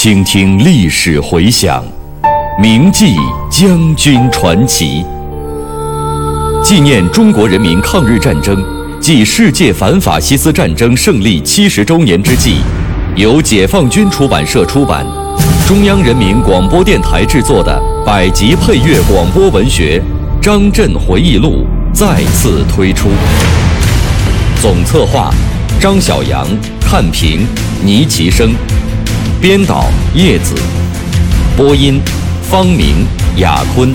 倾听历史回响，铭记将军传奇。纪念中国人民抗日战争暨世界反法西斯战争胜利70周年之际，由解放军出版社出版，中央人民广播电台制作的100集配乐广播文学《张震回忆录》再次推出。总策划张晓阳、看评倪其生，编导叶子，播音方明、雅坤。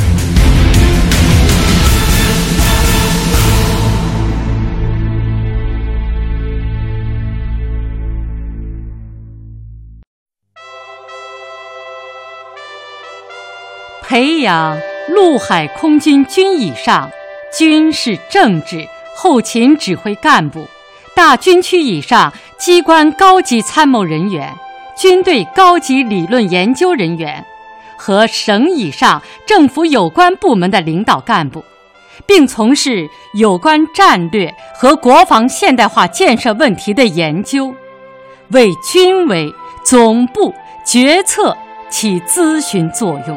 培养陆海空军军以上军事政治后勤指挥干部、大军区以上机关高级参谋人员、军队高级理论研究人员和省以上政府有关部门的领导干部，并从事有关战略和国防现代化建设问题的研究，为军委总部决策起咨询作用。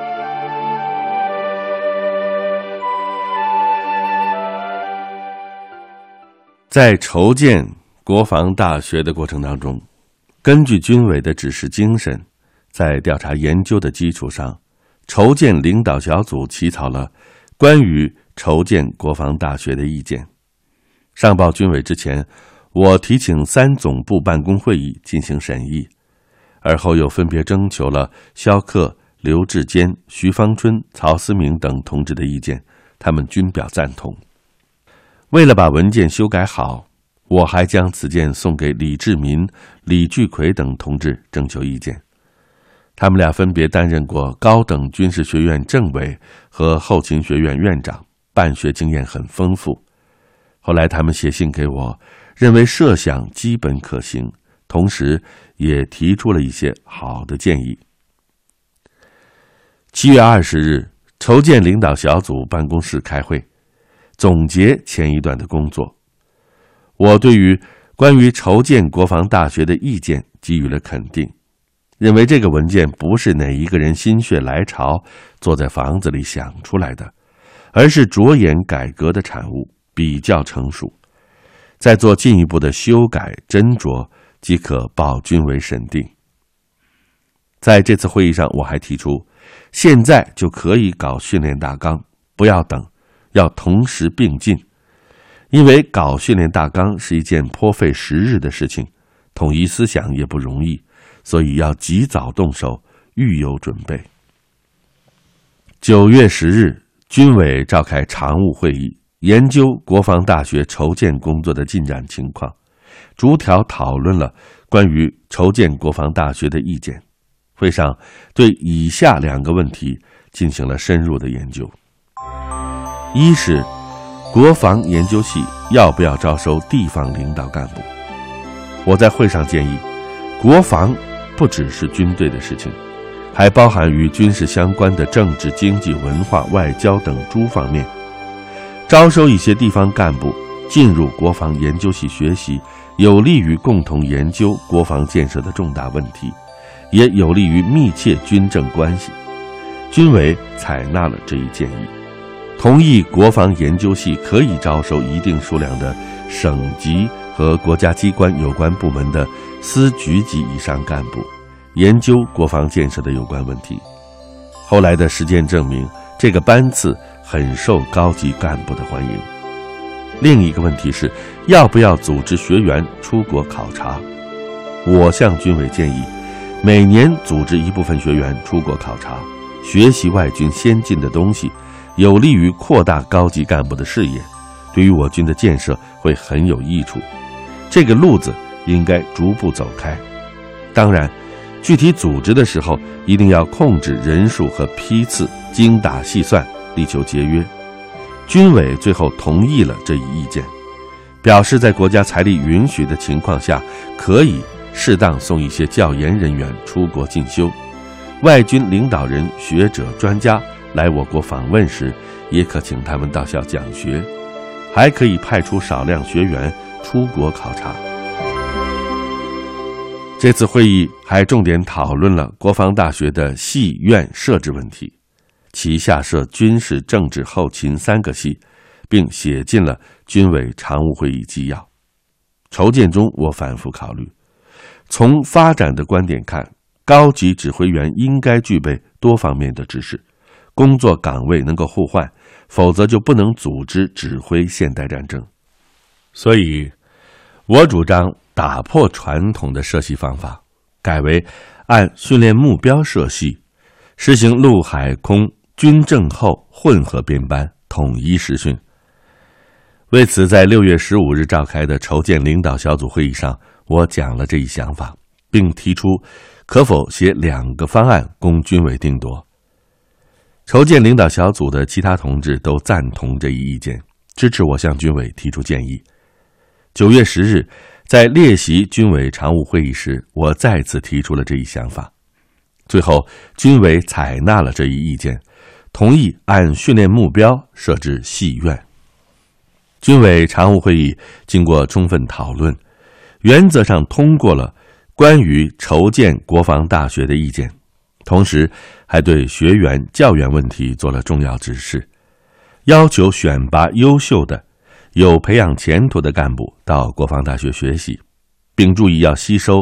在筹建国防大学的过程当中，根据军委的指示精神，在调查研究的基础上，筹建领导小组起草了关于筹建国防大学的意见。上报军委之前，我提请3总部办公会议进行审议，而后又分别征求了萧克、刘志坚、徐方春、曹思明等同志的意见，他们均表赞同。为了把文件修改好，我还将此件送给李志民、李聚奎等同志征求意见。他们俩分别担任过高等军事学院政委和后勤学院院长，办学经验很丰富。后来他们写信给我，认为设想基本可行，同时也提出了一些好的建议。7月20日，筹建领导小组办公室开会，总结前一段的工作。我对于关于筹建国防大学的意见给予了肯定，认为这个文件不是哪一个人心血来潮坐在房子里想出来的，而是着眼改革的产物，比较成熟，再做进一步的修改斟酌，即可报军委审定。在这次会议上，我还提出现在就可以搞训练大纲，不要等，要同时并进，因为搞训练大纲是一件颇费时日的事情，统一思想也不容易，所以要及早动手，预有准备。9月10日，军委召开常务会议，研究国防大学筹建工作的进展情况，逐条讨论了关于筹建国防大学的意见。会上对以下2个问题进行了深入的研究。一是国防研究系要不要招收地方领导干部。我在会上建议，国防不只是军队的事情，还包含与军事相关的政治、经济、文化、外交等诸方面。招收一些地方干部进入国防研究系学习，有利于共同研究国防建设的重大问题，也有利于密切军政关系。军委采纳了这一建议，同意国防研究系可以招收一定数量的省级和国家机关有关部门的司局级以上干部，研究国防建设的有关问题。后来的实践证明，这个班次很受高级干部的欢迎。另一个问题是，要不要组织学员出国考察。我向军委建议，每年组织一部分学员出国考察，学习外军先进的东西，有利于扩大高级干部的视野，对于我军的建设会很有益处。这个路子应该逐步走开。当然，具体组织的时候一定要控制人数和批次，精打细算，力求节约。军委最后同意了这一意见，表示在国家财力允许的情况下，可以适当送一些教研人员出国进修。外军领导人、学者、专家来我国访问时，也可请他们到校讲学，还可以派出少量学员出国考察。 这次会议还重点讨论了国防大学的系院设置问题，其下设军事、政治、后勤3个系，并写进了军委常务会议纪要。筹建中，我反复考虑，从发展的观点看，高级指挥员应该具备多方面的知识，工作岗位能够互换，否则就不能组织指挥现代战争。所以我主张打破传统的设系方法，改为按训练目标设系，实行陆海空军政后混合编班，统一实训。为此，在6月15日召开的筹建领导小组会议上，我讲了这一想法，并提出可否写2个方案供军委定夺。筹建领导小组的其他同志都赞同这一意见，支持我向军委提出建议。9月10日，在列席军委常务会议时，我再次提出了这一想法。最后，军委采纳了这一意见，同意按训练目标设置系院。军委常务会议经过充分讨论，原则上通过了关于筹建国防大学的意见，同时还对学员、教员问题做了重要指示，要求选拔优秀的、有培养前途的干部到国防大学学习，并注意要吸收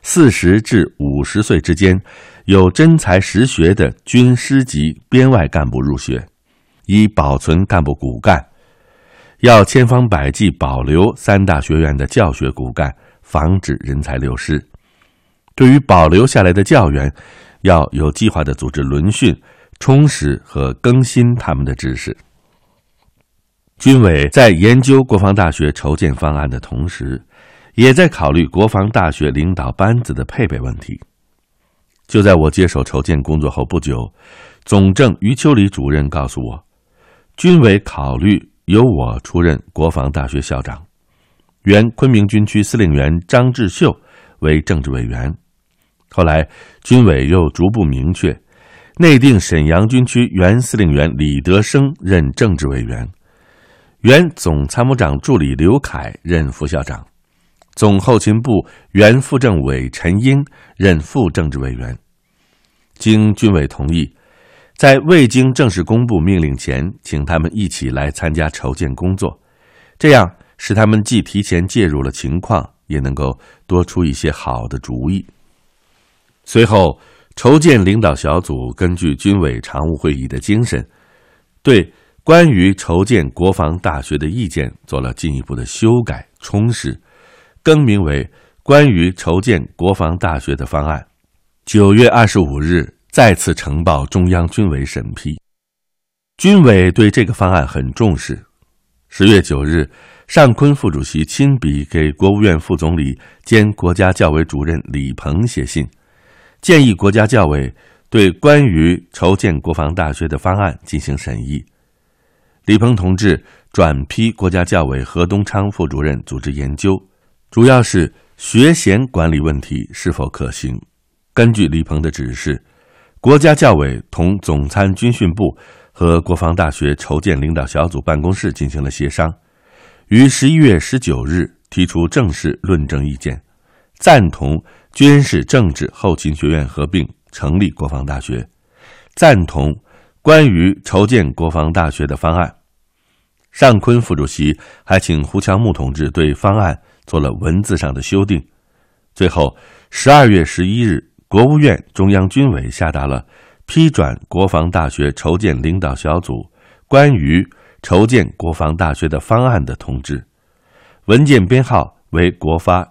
40至50岁之间有真才实学的军师级编外干部入学，以保存干部骨干。要千方百计保留3大学院的教学骨干，防止人才流失。对于保留下来的教员，要有计划地组织轮训，充实和更新他们的知识。军委在研究国防大学筹建方案的同时，也在考虑国防大学领导班子的配备问题。就在我接手筹建工作后不久，总政于秋里主任告诉我，军委考虑由我出任国防大学校长，原昆明军区司令员张志秀为政治委员。后来军委又逐步明确，内定沈阳军区原司令员李德生任政治委员，原总参谋长助理刘凯任副校长，总后勤部原副政委陈英任副政治委员。经军委同意，在未经正式公布命令前，请他们一起来参加筹建工作，这样使他们既提前介入了情况，也能够多出一些好的主意。随后，筹建领导小组根据军委常务会议的精神，对关于筹建国防大学的意见做了进一步的修改充实，更名为关于筹建国防大学的方案。9月25日再次呈报中央军委审批。军委对这个方案很重视。10月9日，尚昆副主席亲笔给国务院副总理兼国家教委主任李鹏写信，建议国家教委对关于筹建国防大学的方案进行审议。李鹏同志转批国家教委何东昌副主任组织研究，主要是学衔管理问题是否可行。根据李鹏的指示，国家教委同总参军训部和国防大学筹建领导小组办公室进行了协商，于11月19日提出正式论证意见，赞同军事政治后勤学院合并成立国防大学，赞同关于筹建国防大学的方案。尚昆副主席还请胡乔木同志对方案做了文字上的修订。最后12月11日，国务院中央军委下达了批转国防大学筹建领导小组关于筹建国防大学的方案的通知，文件编号为国发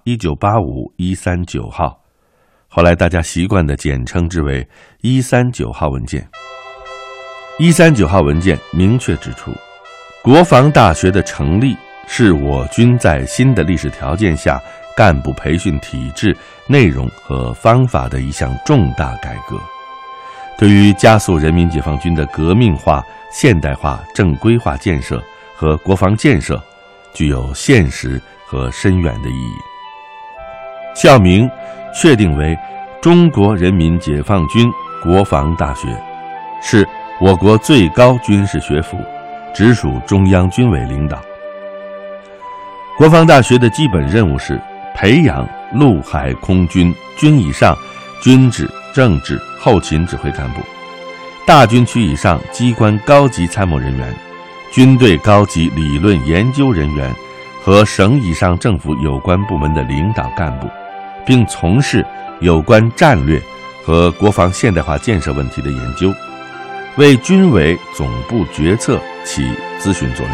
1985139号，后来大家习惯地简称之为139号文件。139号文件明确指出，国防大学的成立是我军在新的历史条件下干部培训体制、内容和方法的一项重大改革，对于加速人民解放军的革命化、现代化、正规化建设和国防建设具有现实和深远的意义。校名确定为中国人民解放军国防大学，是我国最高军事学府，直属中央军委领导。国防大学的基本任务是培养陆海空军军以上军职、政治、后勤指挥干部，大军区以上机关高级参谋人员，军队高级理论研究人员和省以上政府有关部门的领导干部，并从事有关战略和国防现代化建设问题的研究，为军委总部决策起咨询作用。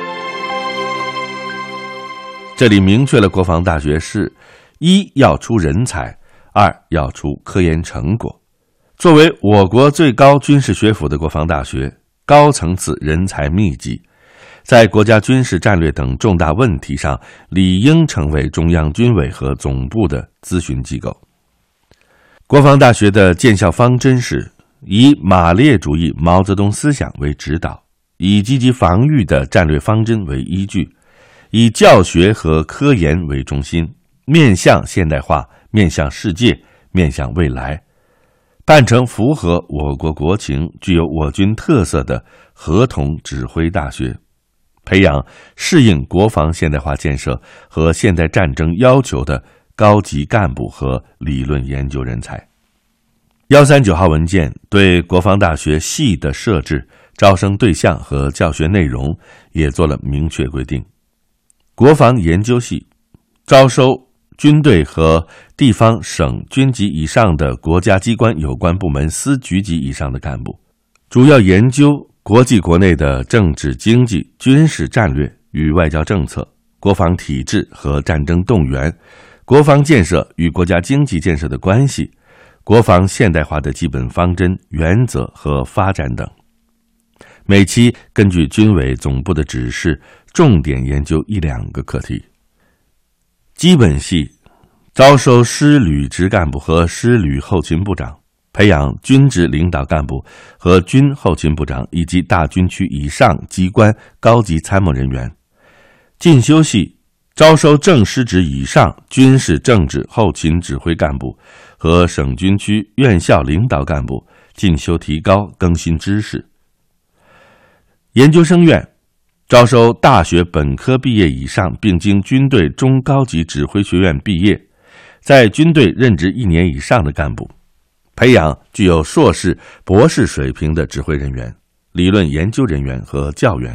这里明确了国防大学是一要出人才，二要出科研成果。作为我国最高军事学府的国防大学，高层次人才密集，在国家军事战略等重大问题上理应成为中央军委和总部的咨询机构。国防大学的建校方针是以马列主义毛泽东思想为指导，以积极防御的战略方针为依据，以教学和科研为中心，面向现代化，面向世界，面向未来，办成符合我国国情、具有我军特色的合同指挥大学，培养适应国防现代化建设和现代战争要求的高级干部和理论研究人才。139号文件对国防大学系的设置、招生对象和教学内容也做了明确规定。国防研究系招收军队和地方省军级以上的国家机关有关部门司局级以上的干部，主要研究国际国内的政治经济、军事战略与外交政策、国防体制和战争动员、国防建设与国家经济建设的关系、国防现代化的基本方针、原则和发展等。每期根据军委总部的指示，重点研究1-2个课题。基本系招收师旅职干部和师旅后勤部长，培养军职领导干部和军后勤部长以及大军区以上机关高级参谋人员。进修系招收正师职以上军事政治后勤指挥干部和省军区院校领导干部，进修提高更新知识。研究生院招收大学本科毕业以上并经军队中高级指挥学院毕业，在军队任职1年以上的干部，培养具有硕士、博士水平的指挥人员、理论研究人员和教员。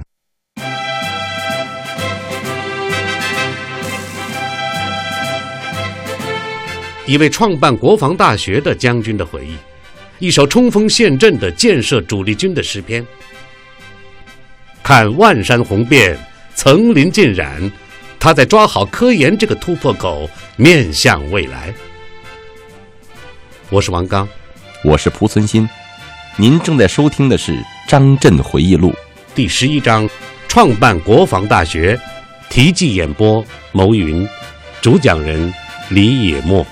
一位创办国防大学的将军的回忆，一首冲锋陷阵的建设主力军的诗篇。看万山红遍，层林尽染，他在抓好科研这个突破口，面向未来。我是王刚， 我是蒲存昕，您正在收听的是张震回忆录第11章，创办国防大学，题记演播牟云，主讲人李野墨。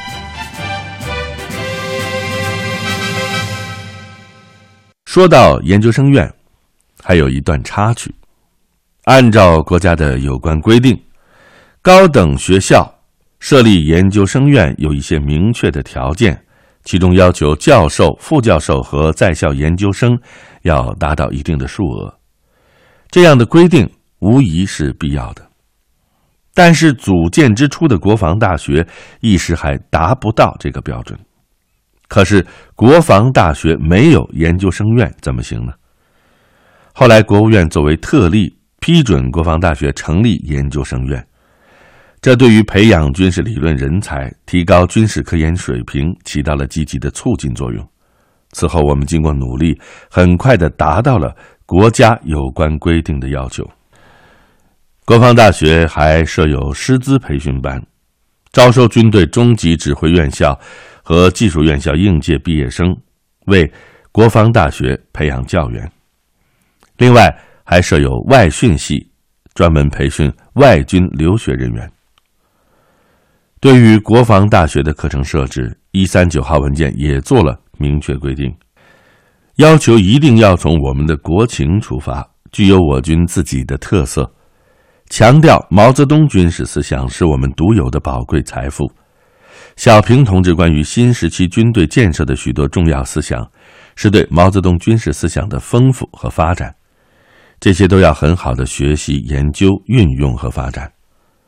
说到研究生院，还有一段插曲。按照国家的有关规定，高等学校设立研究生院有一些明确的条件，其中要求教授、副教授和在校研究生要达到一定的数额。这样的规定无疑是必要的，但是组建之初的国防大学一时还达不到这个标准。可是国防大学没有研究生院怎么行呢？后来国务院作为特例批准国防大学成立研究生院，这对于培养军事理论人才、提高军事科研水平起到了积极的促进作用。此后我们经过努力，很快地达到了国家有关规定的要求。国防大学还设有师资培训班，招收军队中级指挥院校和技术院校应届毕业生，为国防大学培养教员。另外还设有外训系，专门培训外军留学人员。对于国防大学的课程设置，139号文件也做了明确规定，要求一定要从我们的国情出发，具有我军自己的特色，强调毛泽东军事思想是我们独有的宝贵财富。小平同志关于新时期军队建设的许多重要思想，是对毛泽东军事思想的丰富和发展，这些都要很好的学习、研究、运用和发展。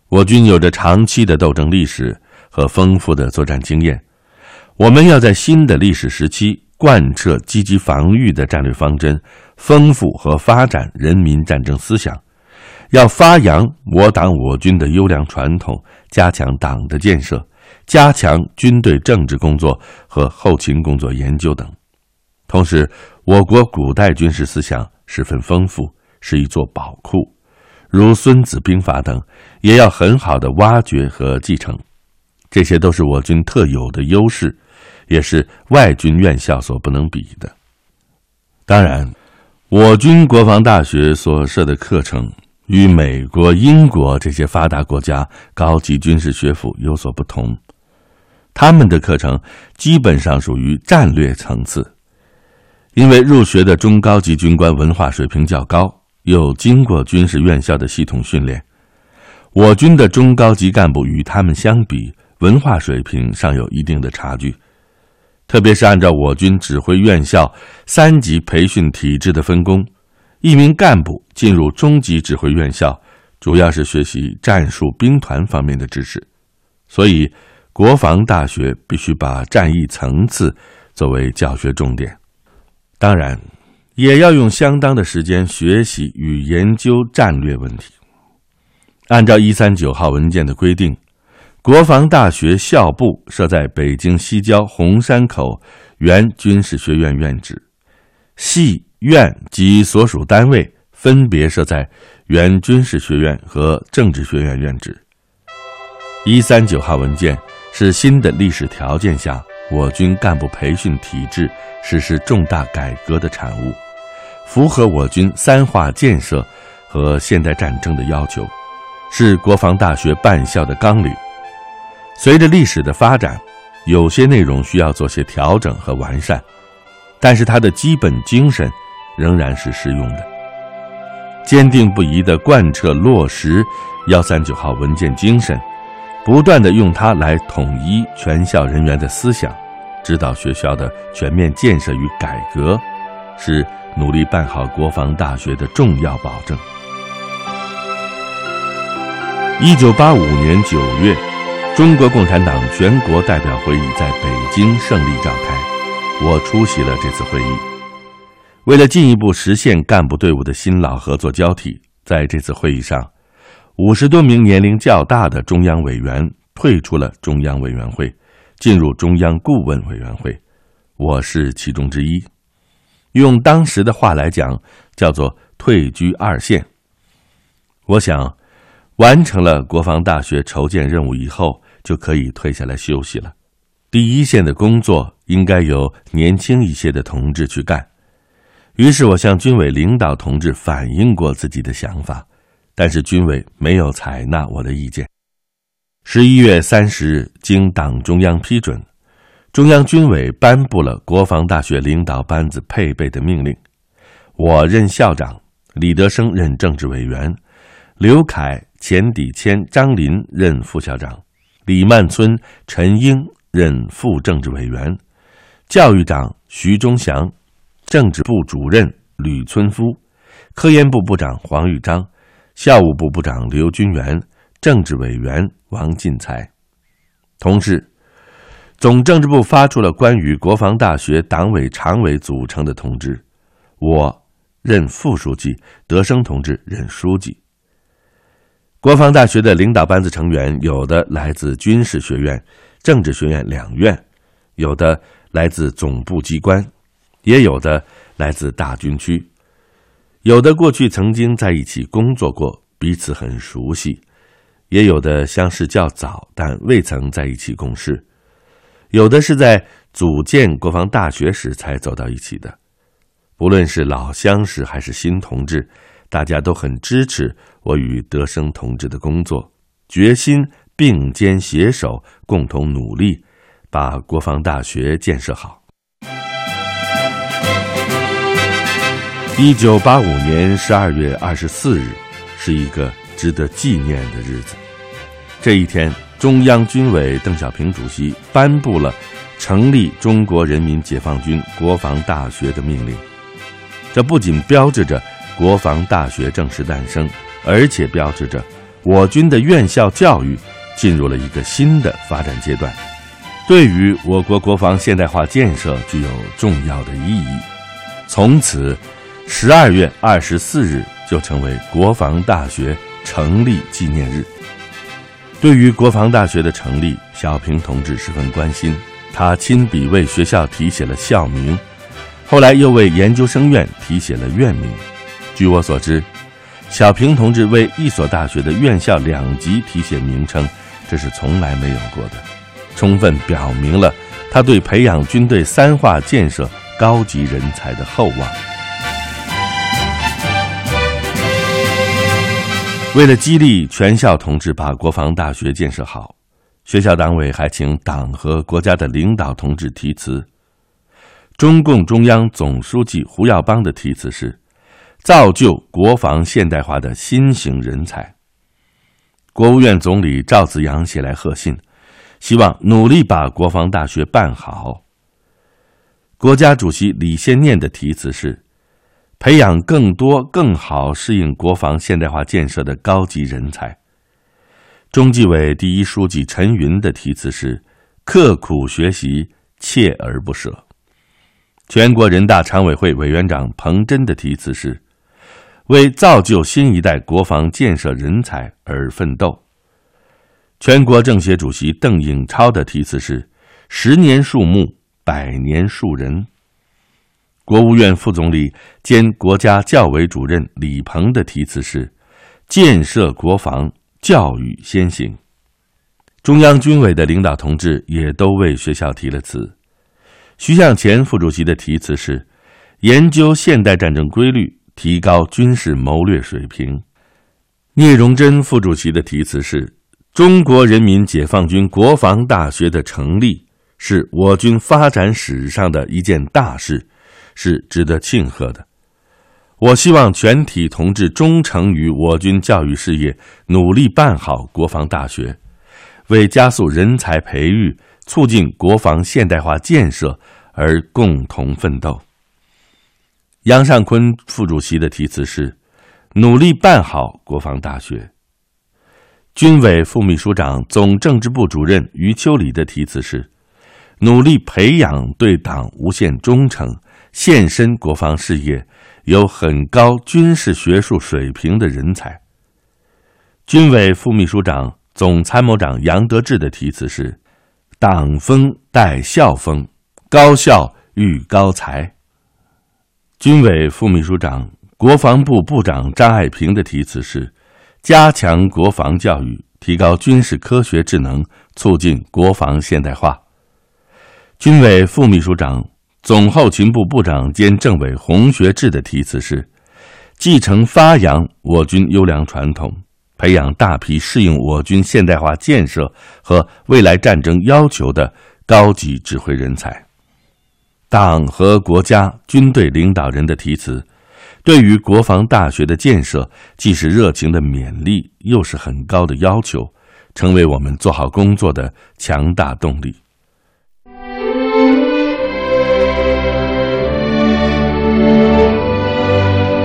我军有着长期的斗争历史和丰富的作战经验，我们要在新的历史时期贯彻积极防御的战略方针，丰富和发展人民战争思想，要发扬我党我军的优良传统，加强党的建设，加强军队政治工作和后勤工作研究等。同时，我国古代军事思想十分丰富，是一座宝库，如《孙子兵法》等，也要很好的挖掘和继承。这些都是我军特有的优势，也是外军院校所不能比的。当然，我军国防大学所设的课程与美国、英国这些发达国家高级军事学府有所不同，他们的课程基本上属于战略层次，因为入学的中高级军官文化水平较高，又经过军事院校的系统训练，我军的中高级干部与他们相比，文化水平尚有一定的差距。特别是按照我军指挥院校3级培训体制的分工，一名干部进入中级指挥院校，主要是学习战术兵团方面的知识，所以国防大学必须把战役层次作为教学重点。当然，也要用相当的时间学习与研究战略问题。按照139号文件的规定，国防大学校部设在北京西郊红山口原军事学院院址，系院及所属单位分别设在原军事学院和政治学院院址。139号文件是新的历史条件下我军干部培训体制实施重大改革的产物，符合我军3化建设和现代战争的要求，是国防大学办校的纲领。随着历史的发展，有些内容需要做些调整和完善，但是它的基本精神仍然是适用的。坚定不移地贯彻落实139号文件精神，不断地用它来统一全校人员的思想，指导学校的全面建设与改革，是努力办好国防大学的重要保证。1985年9月，中国共产党全国代表会议在北京胜利召开，我出席了这次会议。为了进一步实现干部队伍的新老合作交替，在这次会议上，50多名年龄较大的中央委员退出了中央委员会，进入中央顾问委员会，我是其中之一。用当时的话来讲，叫做退居二线。我想，完成了国防大学筹建任务以后，就可以退下来休息了。第一线的工作应该由年轻一些的同志去干。于是我向军委领导同志反映过自己的想法，但是军委没有采纳我的意见。11月30日，经党中央批准，中央军委颁布了国防大学领导班子配备的命令。我任校长，李德生任政治委员，刘凯、钱底谦、张林任副校长，李曼村、陈英任副政治委员，教育长徐忠祥，政治部主任吕村夫，科研部部长黄玉章，校务部部长刘军元，政治委员王进才。同时，总政治部发出了关于国防大学党委常委组成的通知，我任副书记，德生同志任书记。国防大学的领导班子成员，有的来自军事学院、政治学院2院，有的来自总部机关，也有的来自大军区，有的过去曾经在一起工作过，彼此很熟悉，也有的相识较早，但未曾在一起共事，有的是在组建国防大学时才走到一起的。不论是老相识还是新同志，大家都很支持我与德生同志的工作，决心并肩携手，共同努力，把国防大学建设好。1985年12月24日是一个值得纪念的日子。这一天，中央军委邓小平主席颁布了成立中国人民解放军国防大学的命令。这不仅标志着国防大学正式诞生，而且标志着我军的院校教育进入了一个新的发展阶段，对于我国国防现代化建设具有重要的意义。从此12月24日就成为国防大学成立纪念日。对于国防大学的成立，小平同志十分关心，他亲笔为学校题写了校名，后来又为研究生院题写了院名。据我所知，小平同志为一所大学的院校2级题写名称，这是从来没有过的，充分表明了他对培养军队3化建设高级人才的厚望。为了激励全校同志把国防大学建设好，学校党委还请党和国家的领导同志题词。中共中央总书记胡耀邦的题词是造就国防现代化的新型人才。国务院总理赵紫阳写来贺信，希望努力把国防大学办好。国家主席李先念的题词是培养更多更好适应国防现代化建设的高级人才。中纪委第一书记陈云的题词是刻苦学习，锲而不舍。全国人大常委会委员长彭真的题词是为造就新一代国防建设人才而奋斗。全国政协主席邓颖超的题词是10年树木，100年树人。国务院副总理兼国家教委主任李鹏的题词是建设国防，教育先行。中央军委的领导同志也都为学校题了词。徐向前副主席的题词是研究现代战争规律，提高军事谋略水平。聂荣臻副主席的题词是中国人民解放军国防大学的成立是我军发展史上的一件大事，是值得庆贺的。我希望全体同志忠诚于我军教育事业，努力办好国防大学，为加速人才培育，促进国防现代化建设而共同奋斗。杨尚昆副主席的题词是努力办好国防大学。军委副秘书长、总政治部主任于秋里的题词是努力培养对党无限忠诚、献身国防事业、有很高军事学术水平的人才。军委副秘书长、总参谋长杨得志的题词是党风带校风，高校育高才。军委副秘书长、国防部部长张爱萍的题词是加强国防教育，提高军事科学智能，促进国防现代化。军委副秘书长、总后勤部部长兼政委洪学智的题词是继承发扬我军优良传统，培养大批适应我军现代化建设和未来战争要求的高级指挥人才。党和国家军队领导人的题词对于国防大学的建设既是热情的勉励，又是很高的要求，成为我们做好工作的强大动力。